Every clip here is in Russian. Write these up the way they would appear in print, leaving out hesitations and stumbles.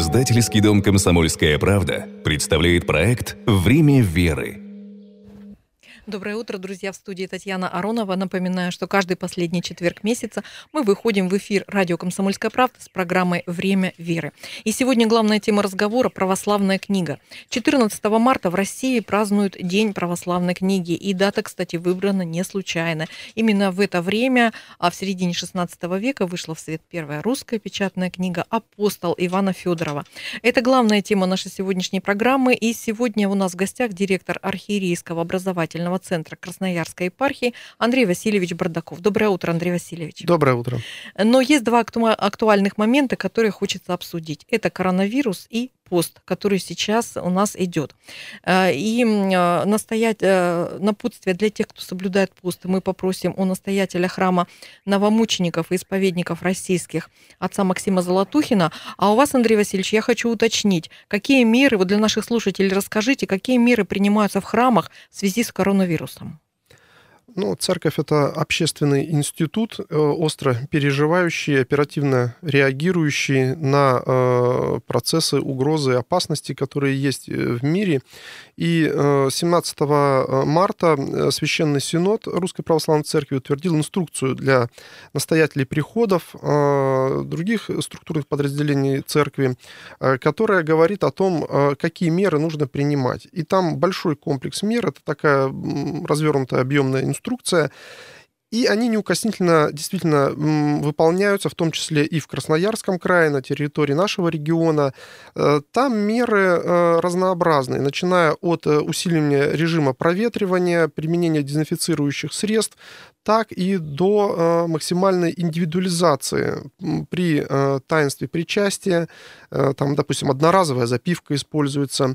Издательский дом «Комсомольская правда» представляет проект «Время веры». Доброе утро, друзья, в студии Татьяна Аронова. Напоминаю, что каждый последний четверг месяца мы выходим в эфир радио «Комсомольская правда» с программой «Время веры». И сегодня главная тема разговора – православная книга. 14 марта в России празднуют День православной книги. И дата, кстати, выбрана не случайно. Именно в это время, в середине 16 века, вышла в свет первая русская печатная книга «Апостол» Ивана Федорова. Это главная тема нашей сегодняшней программы. И сегодня у нас в гостях директор архиерейского образовательного центра Красноярской епархии Андрей Васильевич Бардаков. Доброе утро, Андрей Васильевич. Доброе утро. Но есть два актуальных момента, которые хочется обсудить. Это коронавирус и пост, который сейчас у нас идет. И напутствие для тех, кто соблюдает пост, мы попросим у настоятеля храма новомучеников и исповедников российских, отца Максима Золотухина. А у вас, Андрей Васильевич, я хочу уточнить, какие меры, вот для наших слушателей расскажите, какие меры принимаются в храмах в связи с коронавирусом? Церковь — это общественный институт, остро переживающий, оперативно реагирующий на процессы, угрозы, опасности, которые есть в мире. И 17 марта Священный Синод Русской Православной Церкви утвердил инструкцию для настоятелей приходов, других структурных подразделений Церкви, которая говорит о том, какие меры нужно принимать. И там большой комплекс мер, это такая развернутая объемная инструкция, и они неукоснительно действительно выполняются, в том числе и в Красноярском крае, на территории нашего региона. Там меры разнообразные, начиная от усиления режима проветривания, применения дезинфицирующих средств, так и до максимальной индивидуализации при таинстве причастия. Там, допустим, одноразовая запивка используется,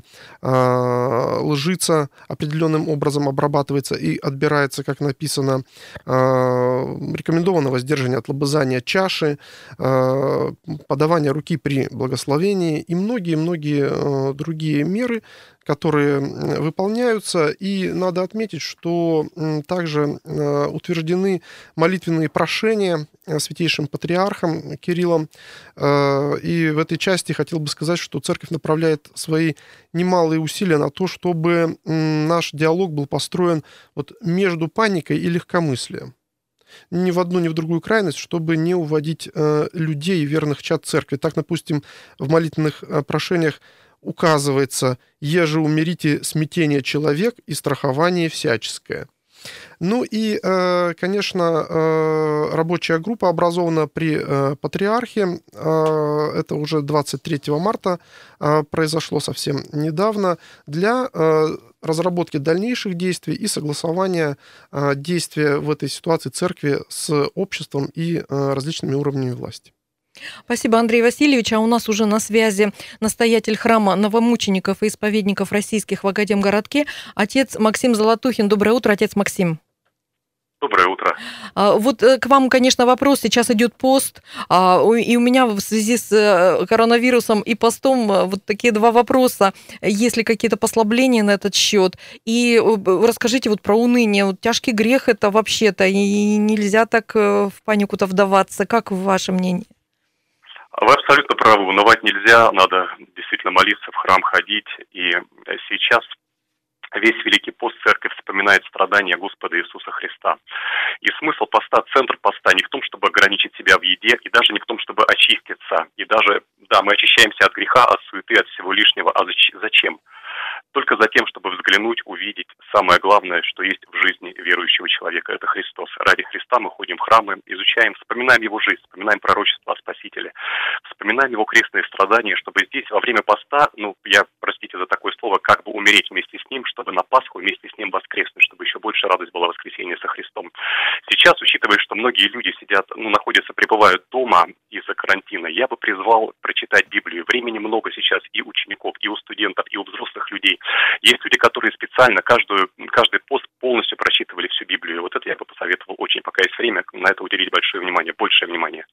лжица определенным образом обрабатывается и отбирается, как написано. Рекомендовано воздержание от лобызания чаши, подавание руки при благословении и многие-многие другие меры, которые выполняются. И надо отметить, что также утверждены молитвенные прошения святейшим патриархом Кириллом. И в этой части хотел бы сказать, что Церковь направляет свои немалые усилия на то, чтобы наш диалог был построен между паникой и легкомыслием. Ни в одну, ни в другую крайность, чтобы не уводить людей, верных чад Церкви. Так, допустим, в молитвенных прошениях указывается: «Еже умерите смятение человек и страхование всяческое». Конечно, рабочая группа образована при патриархе. Это уже 23 марта произошло совсем недавно, для разработки дальнейших действий и согласования действия в этой ситуации Церкви с обществом и различными уровнями власти. Спасибо, Андрей Васильевич. А у нас уже на связи настоятель храма новомучеников и исповедников российских в Академгородке, отец Максим Золотухин. Доброе утро, отец Максим. Доброе утро. К вам, конечно, вопрос. Сейчас идет пост, и у меня в связи с коронавирусом и постом такие два вопроса. Есть ли какие-то послабления на этот счет? И расскажите про уныние. Тяжкий грех это вообще-то, и нельзя так в панику-то вдаваться. Как ваше мнение? Вы абсолютно правы. Унывать нельзя, надо действительно молиться, в храм ходить. И сейчас весь Великий пост Церковь вспоминает страдания Господа Иисуса Христа. И смысл поста, центр поста не в том, чтобы ограничить себя в еде, и даже не в том, чтобы очиститься. И даже, мы очищаемся от греха, от суеты, от всего лишнего. А зачем? Только за тем, чтобы взглянуть, увидеть самое главное, что есть в жизни верующего человека. Это Христос. Ради Христа мы ходим в храмы, изучаем, вспоминаем Его жизнь, вспоминаем пророчество о Спасителе, вспоминаем Его крестные страдания, чтобы здесь во время поста, простите за такое слово, как бы умереть вместе с Ним, чтобы на Пасху вместе с Ним воскреснуть, чтобы еще больше радость была воскресения со Христом. Сейчас, учитывая, что многие люди сидят, пребывают дома из-за карантина, я бы призвал прочитать Библию. Времени много сейчас и у учеников, и у студентов, и у взрослых людей. Есть люди, которые специально каждый пост полностью прочитывали всю Библию. Это я бы посоветовал очень, пока есть время, на это уделить большое внимание, большее внимание.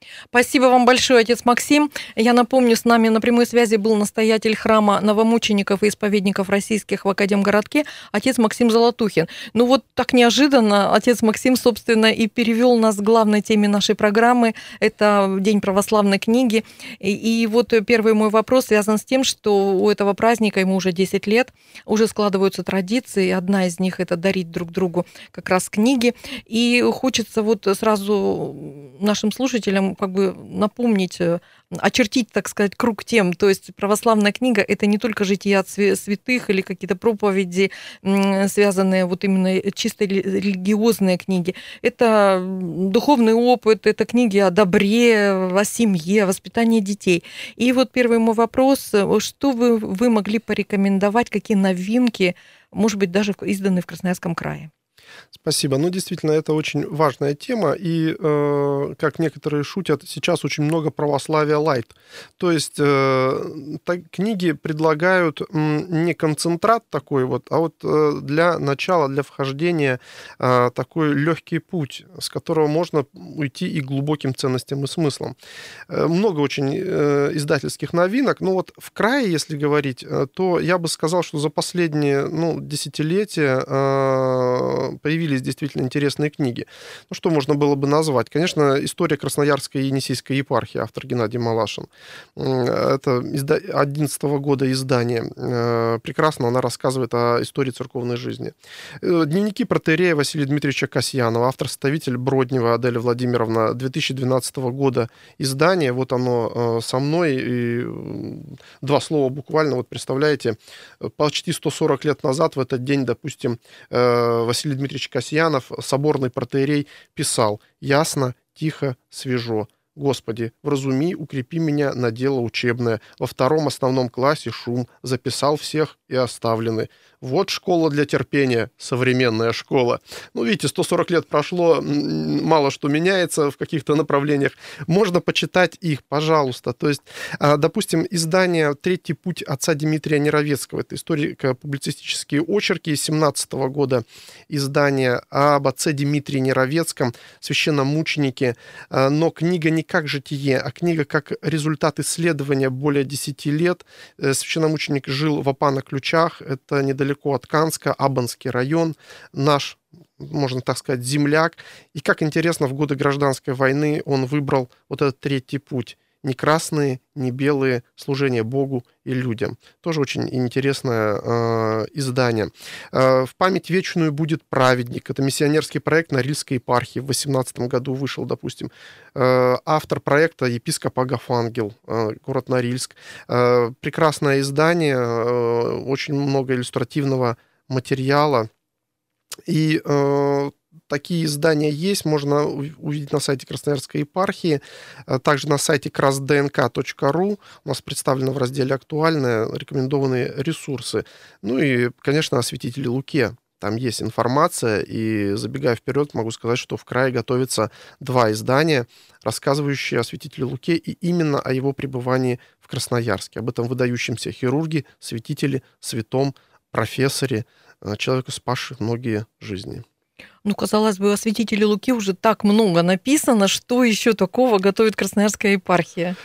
Спасибо вам большое, отец Максим. Я напомню, с нами на прямой связи был настоятель храма новомучеников и исповедников российских в Академгородке, отец Максим Золотухин. Ну вот так неожиданно отец Максим, собственно, и перевел нас к главной теме нашей программы. Это День православной книги. И вот первый мой вопрос связан с тем, что у этого праздника, ему уже 10 лет, уже складываются традиции. Одна из них – это дарить друг другу как раз книги. И хочется вот сразу нашим слушателям как бы напомнить, очертить, так сказать, круг тем. То есть православная книга – это не только жития святых или какие-то проповеди, связанные вот именно чисто религиозные книги. Это духовный опыт, это книги о добре, о семье, о воспитании детей. И вот первый мой вопрос, что вы могли порекомендовать, какие новинки, может быть, даже изданы в Красноярском крае? Спасибо. Ну, действительно, это очень важная тема, и, как некоторые шутят, сейчас очень много православия лайт. То есть книги предлагают не концентрат такой вот, а вот для начала, для вхождения такой легкий путь, с которого можно уйти и к глубоким ценностям и смыслам. Много очень издательских новинок, но вот в крае, если говорить, то я бы сказал, что за последние десятилетия появились действительно интересные книги. Ну, что можно было бы назвать? Конечно, «История Красноярской и Енисейской епархии», автор Геннадий Малашин. Это 2011 года издание. Прекрасно она рассказывает о истории церковной жизни. «Дневники протоиерея Василия Дмитриевича Касьянова», автор-составитель Броднева Аделя Владимировна, 2012 года издание. Вот оно со мной. И два слова буквально. Вот представляете, почти 140 лет назад в этот день, допустим, Василий Дмитриевич Касьянов, соборный протоиерей, писал: «Ясно, тихо, свежо. Господи, вразуми, укрепи меня на дело учебное. Во втором основном классе шум. Записал всех и оставлены. Вот школа для терпения, современная школа». Ну, видите, 140 лет прошло, мало что меняется в каких-то направлениях. Можно почитать их, пожалуйста. То есть, допустим, издание «Третий путь» отца Дмитрия Неровецкого. Это историко-публицистические очерки 17 года издания об отце Дмитрии Неровецком, священномученике. Но книга не как житие, а книга как результат исследования более 10 лет. Священномученик жил в Апано-Ключах, это недалеко от Канска, Абанский район, наш, можно так сказать, земляк. И как интересно, в годы гражданской войны он выбрал вот этот третий путь. Не красные, не белые, служение Богу и людям. Тоже очень интересное издание. «В память вечную будет праведник». Это миссионерский проект Норильской епархии. В 2018 году вышел, допустим. Автор проекта епископ Агафангел, город Норильск. Прекрасное издание, очень много иллюстративного материала. И такие издания есть, можно увидеть на сайте Красноярской епархии, также на сайте krasdnk.ru. У нас представлено в разделе «Актуальное» рекомендованные ресурсы. Ну и, конечно, о святителе Луке. Там есть информация, и, забегая вперед, могу сказать, что в крае готовится 2 издания, рассказывающие о святителе Луке и именно о его пребывании в Красноярске, об этом выдающемся хирурге, святителе, святом, профессоре, человеку, спасшем многие жизни. Ну, казалось бы, о святителе Луки уже так много написано, что еще такого готовит Красноярская епархия?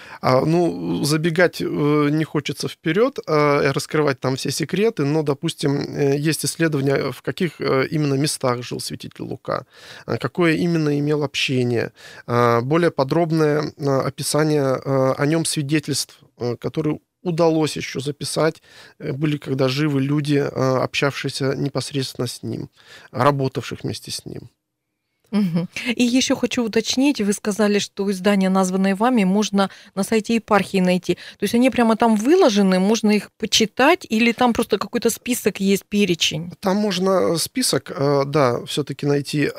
Забегать не хочется вперед, раскрывать там все секреты, но, допустим, есть исследования, в каких именно местах жил святитель Лука, какое именно имел общение, более подробное описание о нем свидетельств, которые удалось еще записать, были когда живы люди, общавшиеся непосредственно с ним, работавших вместе с ним. Угу. И еще хочу уточнить, вы сказали, что издания, названные вами, можно на сайте епархии найти. То есть они прямо там выложены, можно их почитать, или там просто какой-то список есть, перечень? Там можно список, да, все-таки найти,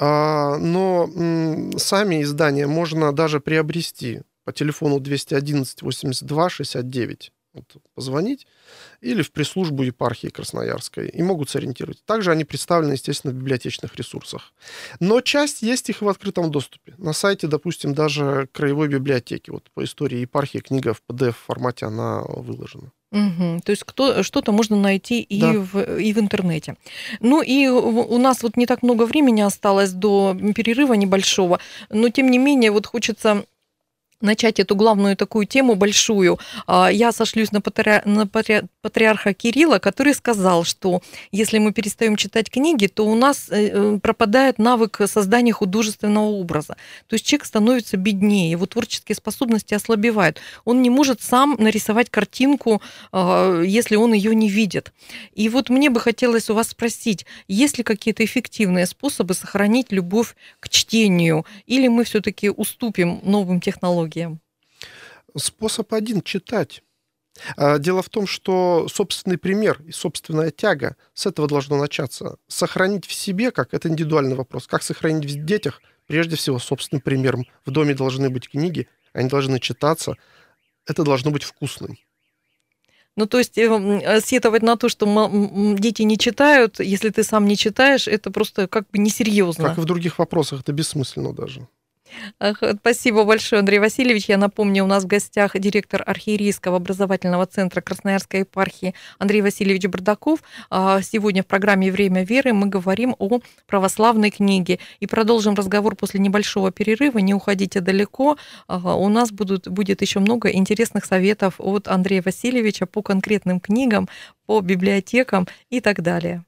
но сами издания можно даже приобрести по телефону 211 82 69. Позвонить или в пресс-службу епархии Красноярской, и могут сориентировать. Также они представлены, естественно, в библиотечных ресурсах. Но часть есть их в открытом доступе. На сайте, допустим, даже краевой библиотеки. Вот по истории епархии книга в PDF-формате, она выложена. Угу. То есть что-то можно найти и, да, и в интернете. Ну и у нас вот не так много времени осталось до перерыва небольшого, но тем не менее вот хочется начать эту главную такую тему большую, я сошлюсь на патриарха Кирилла, который сказал, что если мы перестаем читать книги, то у нас пропадает навык создания художественного образа. То есть человек становится беднее, его творческие способности ослабевают. Он не может сам нарисовать картинку, если он ее не видит. И вот мне бы хотелось у вас спросить, есть ли какие-то эффективные способы сохранить любовь к чтению, или мы все-таки уступим новым технологиям? Способ один — читать. Дело в том, что собственный пример и собственная тяга, с этого должно начаться. Сохранить в себе, как это индивидуальный вопрос, как сохранить в детях, прежде всего, собственным примером. В доме должны быть книги, они должны читаться, это должно быть вкусным. Ну, то есть сетовать на то, что дети не читают, если ты сам не читаешь, это просто как бы несерьезно. Как и в других вопросах, это бессмысленно даже. Спасибо большое, Андрей Васильевич. Я напомню, у нас в гостях директор архиерейского образовательного центра Красноярской епархии Андрей Васильевич Бардаков. Сегодня в программе «Время веры» мы говорим о православной книге. И продолжим разговор после небольшого перерыва. Не уходите далеко. У нас будет еще много интересных советов от Андрея Васильевича по конкретным книгам, по библиотекам и так далее.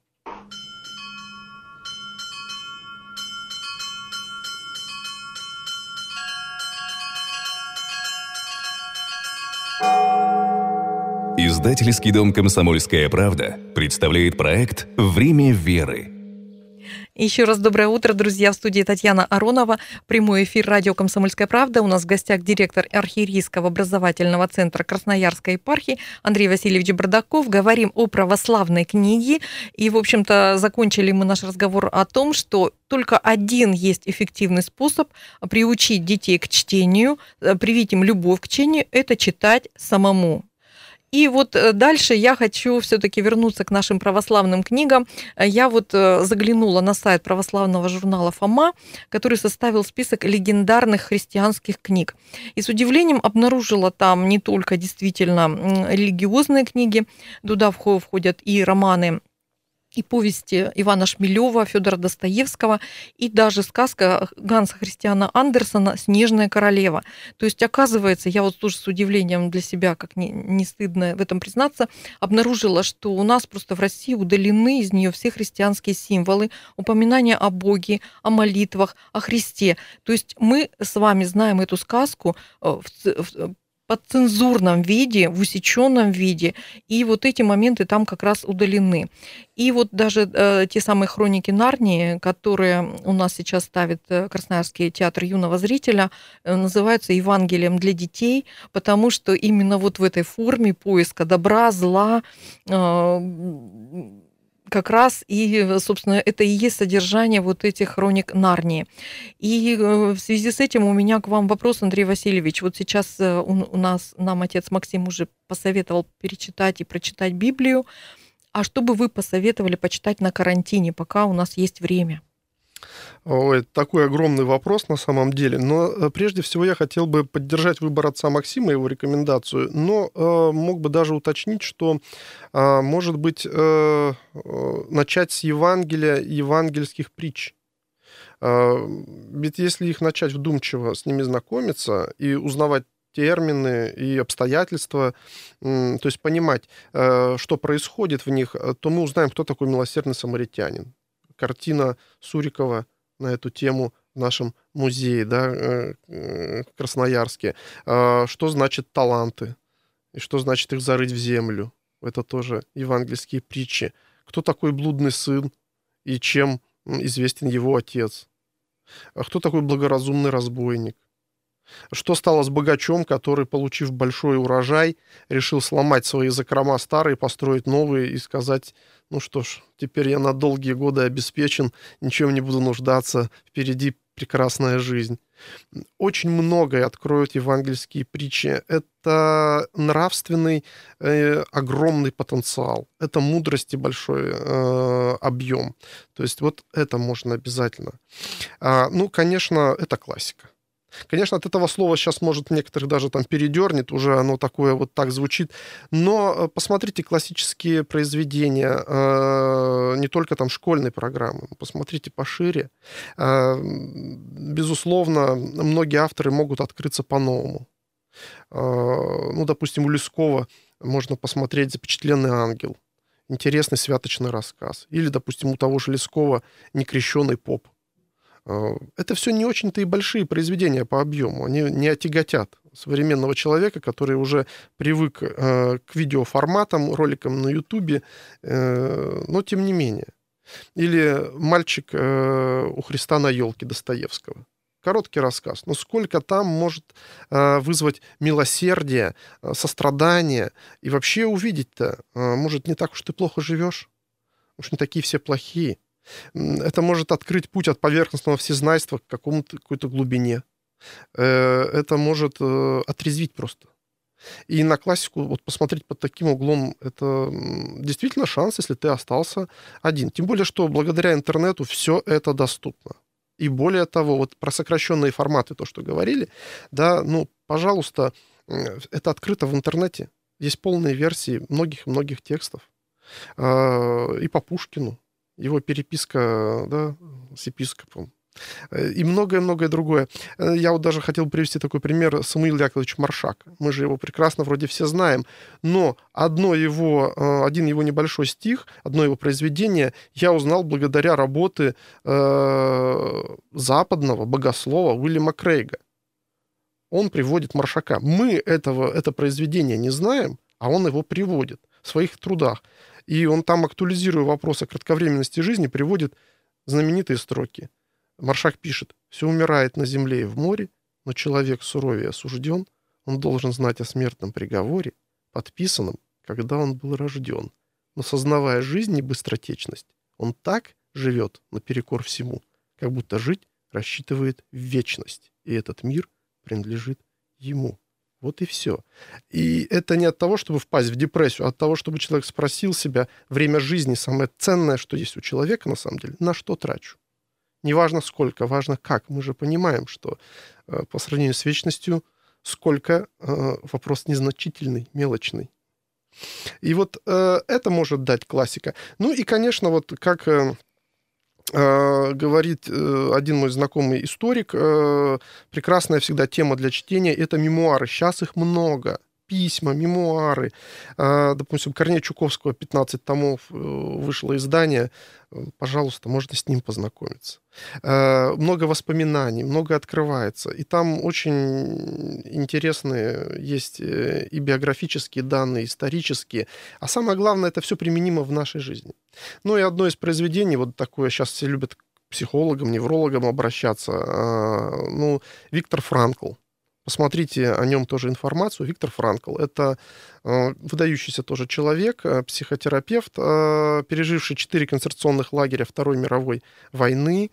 Издательский дом «Комсомольская правда» представляет проект «Время веры». Еще раз доброе утро, друзья. В студии Татьяна Аронова. Прямой эфир радио «Комсомольская правда». У нас в гостях директор архиерейского образовательного центра Красноярской епархии Андрей Васильевич Бардаков. Говорим о православной книге. И, в общем-то, закончили мы наш разговор о том, что только один есть эффективный способ приучить детей к чтению, привить им любовь к чтению – это читать самому. И вот дальше я хочу все-таки вернуться к нашим православным книгам. Я вот заглянула на сайт православного журнала «Фома», который составил список легендарных христианских книг. И с удивлением обнаружила там не только действительно религиозные книги, туда входят и романы, и повести Ивана Шмелева, Федора Достоевского, и даже сказка Ганса Христиана Андерсена «Снежная королева». То есть, оказывается, я вот тоже с удивлением для себя, как не стыдно в этом признаться, обнаружила, что у нас просто в России удалены из нее все христианские символы, упоминания о Боге, о молитвах, о Христе. То есть мы с вами знаем эту сказку в подцензурном виде, в усеченном виде, и вот эти моменты там как раз удалены. И вот даже те самые хроники Нарнии, которые у нас сейчас ставит Красноярский театр юного зрителя, называются Евангелием для детей, потому что именно вот в этой форме поиска добра, зла, как раз и, собственно, это и есть содержание вот этих хроник Нарнии. И в связи с этим у меня к вам вопрос, Андрей Васильевич. Вот сейчас нам отец Максим уже посоветовал перечитать и прочитать Библию. А что бы вы посоветовали почитать на карантине, пока у нас есть время? Ой, такой огромный вопрос на самом деле. Но прежде всего я хотел бы поддержать выбор отца Максима, его рекомендацию, но мог бы даже уточнить, что, может быть, начать с Евангелия и евангельских притч. Ведь если их начать вдумчиво с ними знакомиться и узнавать термины и обстоятельства, то есть понимать, что происходит в них, то мы узнаем, кто такой милосердный самаритянин. Картина Сурикова на эту тему в нашем музее, да, в Красноярске. Что значит таланты и что значит их зарыть в землю. Это тоже евангельские притчи. Кто такой блудный сын и чем известен его отец. Кто такой благоразумный разбойник. Что стало с богачом, который, получив большой урожай, решил сломать свои закрома старые, построить новые и сказать: ну что ж, теперь я на долгие годы обеспечен, ничем не буду нуждаться, впереди прекрасная жизнь. Очень многое откроют евангельские притчи. Это нравственный огромный потенциал, это мудрости большой объем. То есть вот это можно обязательно. Ну, конечно, это классика. Конечно, от этого слова сейчас, может, некоторых даже там передернет, уже оно такое вот так звучит. Но посмотрите классические произведения, не только там школьной программы, посмотрите пошире. Безусловно, многие авторы могут открыться по-новому. Ну, допустим, у Лескова можно посмотреть «Запечатленный ангел». Интересный святочный рассказ. Или, допустим, у того же Лескова «Некрещенный поп». Это все не очень-то и большие произведения по объему. Они не отяготят современного человека, который уже привык к видеоформатам, роликам на Ютубе, но тем не менее. Или «Мальчик у Христа на елке» Достоевского. Короткий рассказ, но сколько там может вызвать милосердие, сострадание, и вообще увидеть-то, может, не так уж ты плохо живешь, уж не такие все плохие. Это может открыть путь от поверхностного всезнайства к какой-то глубине. Это может отрезвить просто. И на классику вот посмотреть под таким углом, это действительно шанс, если ты остался один. Тем более, что благодаря интернету все это доступно. И более того, вот про сокращенные форматы, то, что говорили, да, ну, пожалуйста, это открыто в интернете. Есть полные версии многих-многих текстов. И по Пушкину. Его переписка, да, с епископом. И многое-многое другое. Я вот даже хотел привести такой пример. Самуил Яковлевич Маршак. Мы же его прекрасно вроде все знаем. Но один его небольшой стих, одно его произведение я узнал благодаря работе западного богослова Уильяма Крейга. Он приводит Маршака. Мы это произведение не знаем, а он его приводит в своих трудах. И он там, актуализируя вопрос о кратковременности жизни, приводит знаменитые строки. Маршак пишет: «Все умирает на земле и в море, но человек суровее осужден, он должен знать о смертном приговоре, подписанном, когда он был рожден. Но, сознавая жизнь и быстротечность, он так живет наперекор всему, как будто жить рассчитывает в вечность, и этот мир принадлежит ему». Вот и все. И это не от того, чтобы впасть в депрессию, а от того, чтобы человек спросил себя: время жизни самое ценное, что есть у человека на самом деле, на что трачу? Не важно сколько, важно как. Мы же понимаем, что по сравнению с вечностью сколько вопрос незначительный, мелочный. И вот это может дать классика. Ну и, конечно, вот как говорит один мой знакомый историк, прекрасная всегда тема для чтения — это мемуары. Сейчас их много. Письма, мемуары. Допустим, Корнея Чуковского 15 томов вышло издание. Пожалуйста, можно с ним познакомиться. Много воспоминаний, много открывается. И там очень интересные есть и биографические данные, исторические. А самое главное, это все применимо в нашей жизни. Ну и одно из произведений, вот такое, сейчас все любят к психологам, неврологам обращаться, Виктор Франкл. Посмотрите о нем тоже информацию. Виктор Франкл — это выдающийся тоже человек, психотерапевт, переживший 4 концентрационных лагеря Второй мировой войны.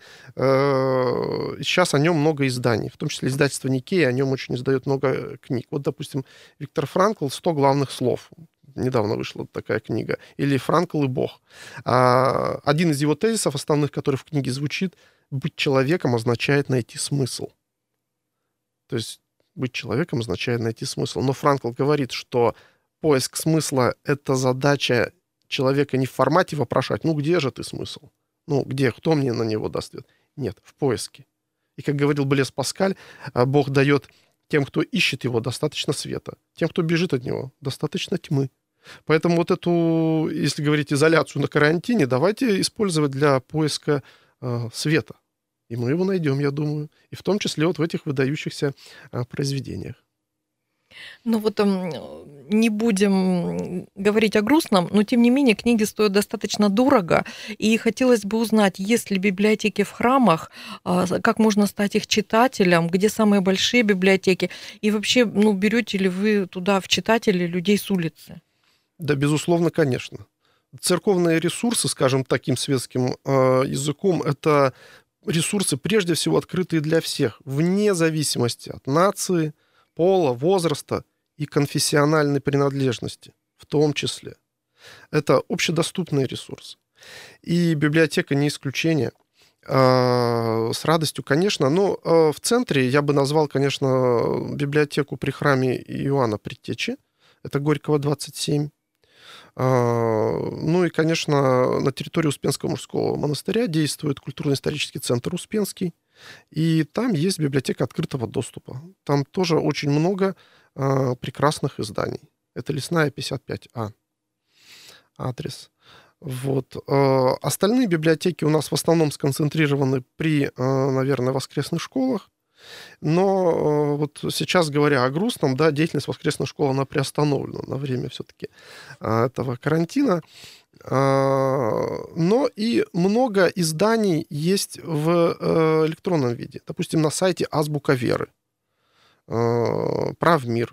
Сейчас о нем много изданий, в том числе издательство Никея о нем очень издает много книг. Вот, допустим, Виктор Франкл «100 главных слов». Недавно вышла такая книга. Или «Франкл и Бог». Один из его тезисов основных, который в книге звучит: «Быть человеком означает найти смысл». То есть быть человеком означает найти смысл. Но Франкл говорит, что поиск смысла — это задача человека не в формате вопрошать: ну где же ты смысл? Ну где? Кто мне на него даст ответ? Нет, в поиске. И, как говорил Блез Паскаль, Бог дает тем, кто ищет его, достаточно света. Тем, кто бежит от него, достаточно тьмы. Поэтому вот эту, если говорить, изоляцию на карантине, давайте использовать для поиска света. И мы его найдем, я думаю. И в том числе вот в этих выдающихся произведениях. Ну вот не будем говорить о грустном, но тем не менее книги стоят достаточно дорого. И хотелось бы узнать, есть ли библиотеки в храмах, как можно стать их читателем, где самые большие библиотеки. И вообще, берете ли вы туда в читатели людей с улицы? Да, безусловно, конечно. Церковные ресурсы, скажем таким светским языком, это ресурсы, прежде всего, открытые для всех, вне зависимости от нации, пола, возраста и конфессиональной принадлежности в том числе. Это общедоступные ресурсы. И библиотека не исключение. С радостью, конечно. Но в центре я бы назвал, конечно, библиотеку при храме Иоанна Предтечи. Это Горького, 27. Ну и, конечно, на территории Успенского мужского монастыря действует культурно-исторический центр Успенский. И там есть библиотека открытого доступа. Там тоже очень много прекрасных изданий. Это Лесная, 55А. Адрес. Вот. Остальные библиотеки у нас в основном сконцентрированы при, наверное, воскресных школах. Но вот сейчас, говоря о грустном, да, деятельность воскресной школы, она приостановлена на время все-таки этого карантина. Но и много изданий есть в электронном виде. Допустим, на сайте Азбука Веры, Правмир,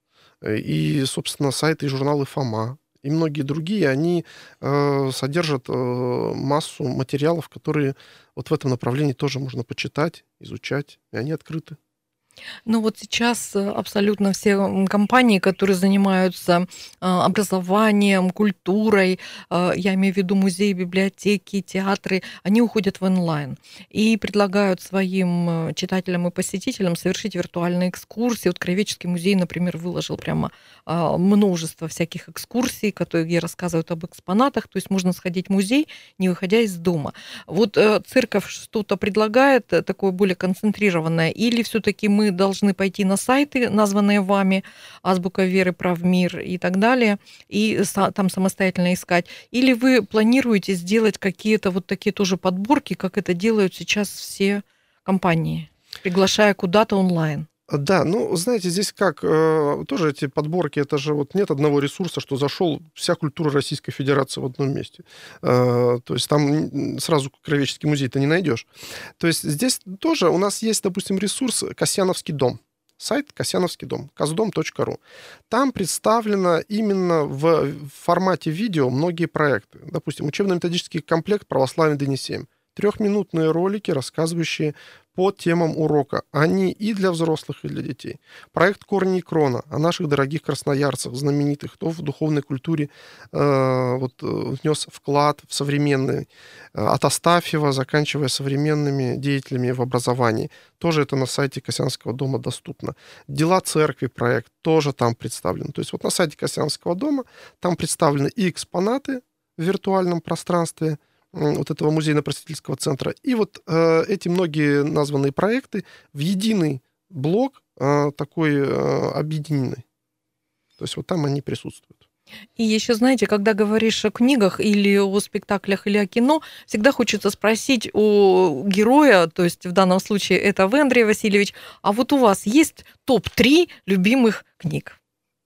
и, собственно, сайты и журналы Фома, и многие другие, они содержат массу материалов, которые вот в этом направлении тоже можно почитать, изучать, и они открыты. Ну вот сейчас абсолютно все компании, которые занимаются образованием, культурой, я имею в виду музеи, библиотеки, театры, они уходят в онлайн и предлагают своим читателям и посетителям совершить виртуальные экскурсии. Вот Краеведческий музей, например, выложил прямо множество всяких экскурсий, которые рассказывают об экспонатах, то есть можно сходить в музей, не выходя из дома. Вот церковь что-то предлагает такое более концентрированное, или все-таки мы должны пойти на сайты, названные вами, Азбука Веры, Правмир и так далее, и там самостоятельно искать? Или вы планируете сделать какие-то вот такие тоже подборки, как это делают сейчас все компании, приглашая куда-то онлайн? Да, ну, знаете, здесь как, тоже эти подборки, это же вот нет одного ресурса, что зашел вся культура Российской Федерации в одном месте. То есть там сразу Краеведческий музей ты не найдешь. То есть здесь тоже у нас есть, допустим, ресурс «Касьяновский дом». Сайт «Касьяновский дом», kasdom.ru. Там представлено именно в формате видео многие проекты. Допустим, учебно-методический комплект «Православие Ныне 7». 3-минутные ролики, рассказывающие по темам урока. Они и для взрослых, и для детей. Проект «Корни и крона» о наших дорогих красноярцах, знаменитых, кто в духовной культуре внес вклад в современный, от Астафьева, заканчивая современными деятелями в образовании. Тоже это на сайте Касьяновского дома доступно. «Дела церкви» проект тоже там представлен. То есть вот на сайте Касьяновского дома там представлены и экспонаты в виртуальном пространстве вот этого музейно-просветительского центра. И вот эти многие названные проекты в единый блок такой объединенный. То есть вот там они присутствуют. И еще, знаете, когда говоришь о книгах или о спектаклях, или о кино, всегда хочется спросить у героя, то есть в данном случае это вы, Андрей Васильевич, а вот у вас есть топ-3 любимых книг?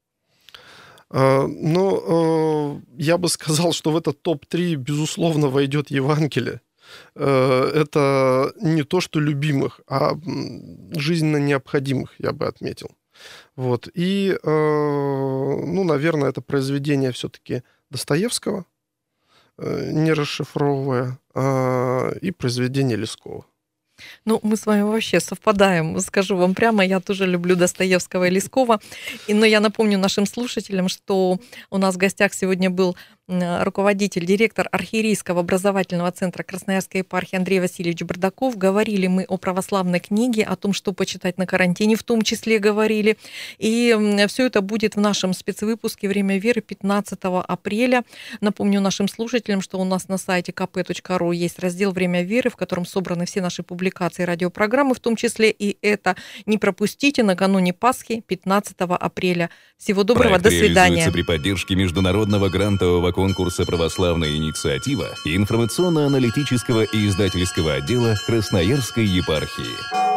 Но я бы сказал, что в этот топ-3, безусловно, войдет Евангелие. Это не то, что любимых, а жизненно необходимых, я бы отметил. Вот. И, наверное, это произведение все-таки Достоевского, не расшифровывая, и произведение Лескова. Ну, мы с вами вообще совпадаем. Скажу вам прямо, я тоже люблю Достоевского и Лескова. Но я напомню нашим слушателям, что у нас в гостях сегодня был руководитель, директор архиерейского образовательного центра Красноярской епархии Андрей Васильевич Бардаков. Говорили мы о православной книге, о том, что почитать на карантине, в том числе говорили. И все это будет в нашем спецвыпуске «Время веры» 15 апреля. Напомню нашим слушателям, что у нас на сайте kp.ru есть раздел «Время веры», в котором собраны все наши публикации и радиопрограммы, в том числе и это. Не пропустите накануне Пасхи 15 апреля. Всего доброго, до свидания. Реализуется при поддержке международного грантового конкурса «Православная инициатива» и информационно-аналитического и издательского отдела Красноярской епархии.